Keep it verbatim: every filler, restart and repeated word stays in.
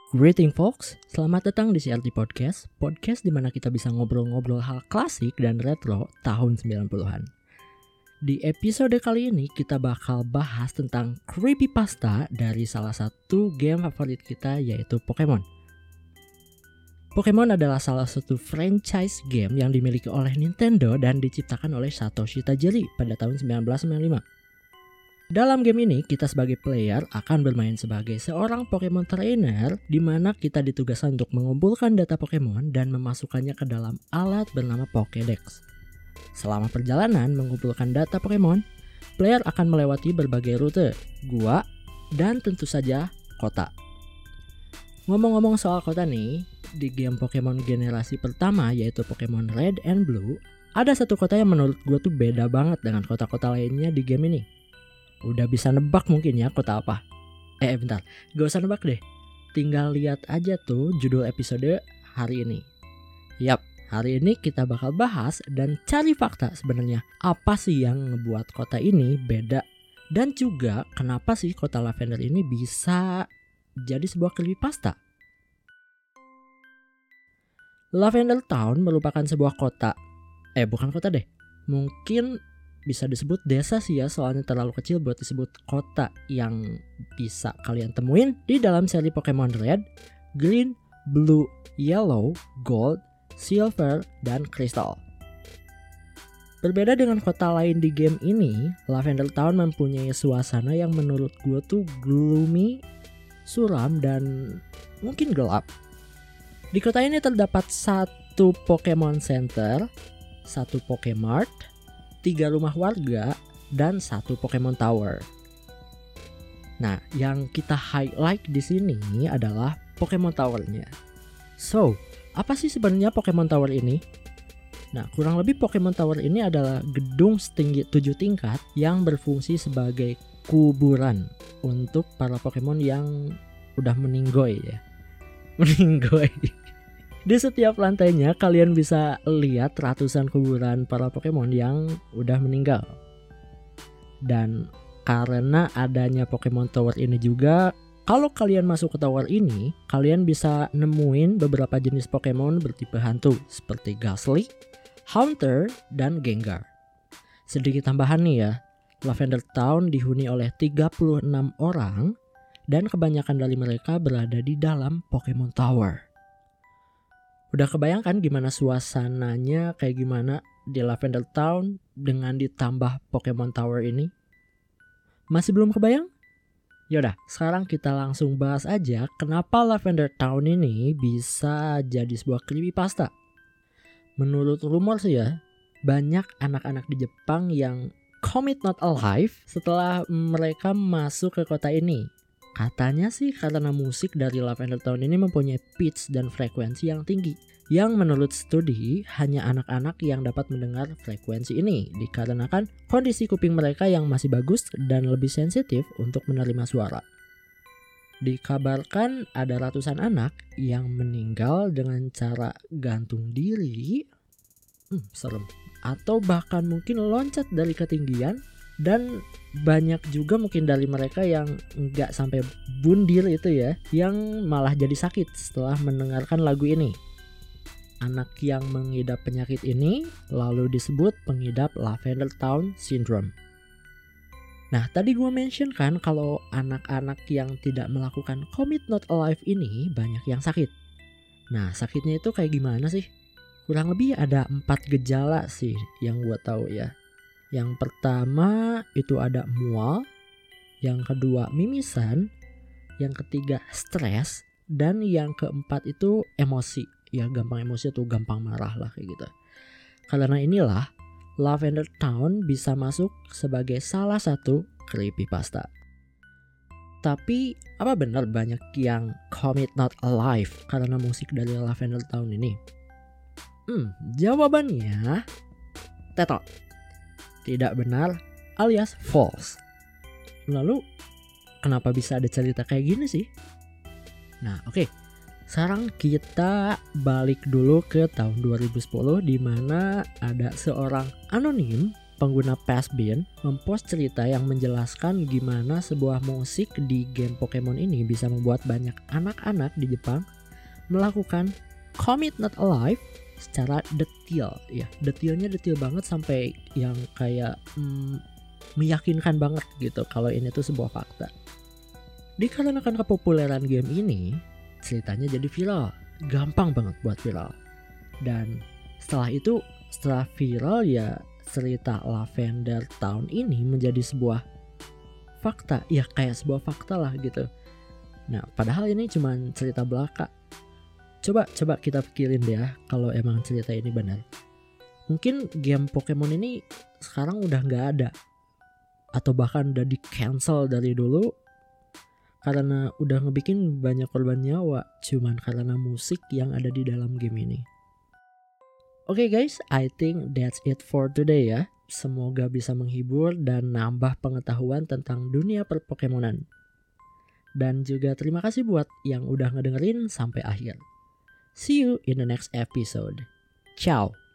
Greeting folks, selamat datang di C R T Podcast, podcast di mana kita bisa ngobrol-ngobrol hal klasik dan retro tahun sembilan puluhan. Di episode kali ini kita bakal bahas tentang creepypasta dari salah satu game favorit kita yaitu Pokemon. Pokemon adalah salah satu franchise game yang dimiliki oleh Nintendo dan diciptakan oleh Satoshi Tajiri pada tahun sembilan belas sembilan puluh lima. Dalam game ini, kita sebagai player akan bermain sebagai seorang Pokemon trainer di mana kita ditugaskan untuk mengumpulkan data Pokemon dan memasukkannya ke dalam alat bernama Pokédex. Selama perjalanan mengumpulkan data Pokemon, player akan melewati berbagai rute, gua, dan tentu saja kota. Ngomong-ngomong soal kota nih, di game Pokemon generasi pertama yaitu Pokemon Red and Blue, ada satu kota yang menurut gua tuh beda banget dengan kota-kota lainnya di game ini. Udah bisa nebak mungkin ya kota apa? Eh bentar, gak usah nebak deh. Tinggal lihat aja tuh judul episode hari ini. Yap, hari ini kita bakal bahas dan cari fakta sebenarnya apa sih yang ngebuat kota ini beda. Dan juga kenapa sih kota Lavender ini bisa jadi sebuah creepypasta. Lavender Town merupakan sebuah kota. Eh bukan kota deh, mungkin bisa disebut desa sih ya, soalnya terlalu kecil buat disebut kota, yang bisa kalian temuin di dalam seri Pokemon Red, Green, Blue, Yellow, Gold, Silver, dan Crystal. Berbeda dengan kota lain di game ini, Lavender Town mempunyai suasana yang menurut gue tuh gloomy, suram, dan mungkin gelap. Di kota ini terdapat satu Pokemon Center, satu Pokemart, tiga rumah warga, dan satu Pokemon Tower. Nah, yang kita highlight di sini adalah Pokemon Tower-nya. So, apa sih sebenarnya Pokemon Tower ini? Nah, kurang lebih Pokemon Tower ini adalah gedung setinggi tujuh tingkat yang berfungsi sebagai kuburan untuk para Pokemon yang udah meninggoy ya. Meninggoy. Di setiap lantainya kalian bisa lihat ratusan kuburan para Pokemon yang udah meninggal. Dan karena adanya Pokemon Tower ini juga, kalau kalian masuk ke tower ini, kalian bisa nemuin beberapa jenis Pokemon bertipe hantu seperti Gastly, Haunter, dan Gengar. Sedikit tambahan nih ya, Lavender Town dihuni oleh tiga puluh enam orang dan kebanyakan dari mereka berada di dalam Pokemon Tower. Udah kebayangkan gimana suasananya, kayak gimana di Lavender Town dengan ditambah Pokemon Tower ini? Masih belum kebayang? Yaudah, sekarang kita langsung bahas aja kenapa Lavender Town ini bisa jadi sebuah creepypasta. Menurut rumor sih ya, banyak anak-anak di Jepang yang commit not alive setelah mereka masuk ke kota ini. Katanya sih karena musik dari Lavender Town ini mempunyai pitch dan frekuensi yang tinggi, yang menurut studi hanya anak-anak yang dapat mendengar frekuensi ini dikarenakan kondisi kuping mereka yang masih bagus dan lebih sensitif untuk menerima suara. Dikabarkan ada ratusan anak yang meninggal dengan cara gantung diri, hmm, serem, atau bahkan mungkin loncat dari ketinggian. Dan banyak juga mungkin dari mereka yang nggak sampai bundir itu ya, yang malah jadi sakit setelah mendengarkan lagu ini. Anak yang mengidap penyakit ini lalu disebut pengidap Lavender Town Syndrome. Nah, tadi gue mention kan kalau anak-anak yang tidak melakukan commit not alive ini banyak yang sakit. Nah, sakitnya itu kayak gimana sih? Kurang lebih ada empat gejala sih yang gue tahu ya. Yang pertama itu ada mual, yang kedua mimisan, yang ketiga stres, dan yang keempat itu emosi. Ya gampang emosi tuh, gampang marah lah kayak gitu. Karena inilah Lavender Town bisa masuk sebagai salah satu creepypasta. Tapi apa benar banyak yang commit not alive karena musik dari Lavender Town ini? Hmm, jawabannya tetot. Tidak benar alias false. Lalu kenapa bisa ada cerita kayak gini sih? Nah oke, okay. Sekarang kita balik dulu ke tahun dua ribu sepuluh di mana ada seorang anonim pengguna Passbean mempost cerita yang menjelaskan gimana sebuah musik di game Pokemon ini bisa membuat banyak anak-anak di Jepang melakukan Commit Not Alive secara detail. Ya, detailnya detail banget sampai yang kayak hmm, meyakinkan banget gitu kalau ini tuh sebuah fakta. Dikarenakan kepopuleran game ini, ceritanya jadi viral. Gampang banget buat viral. Dan setelah itu, setelah viral ya cerita Lavender Town ini menjadi sebuah fakta. Ya kayak sebuah fakta lah gitu. Nah padahal ini cuma cerita belaka. Coba coba kita pikirin deh ya kalau emang cerita ini benar. Mungkin game Pokemon ini sekarang udah gak ada. Atau bahkan udah di cancel dari dulu. Karena udah ngebikin banyak korban nyawa cuman karena musik yang ada di dalam game ini. Oke okay guys, I think that's it for today ya. Semoga bisa menghibur dan nambah pengetahuan tentang dunia perpokemonan. Dan juga terima kasih buat yang udah ngedengerin sampai akhir. See you in the next episode. Ciao.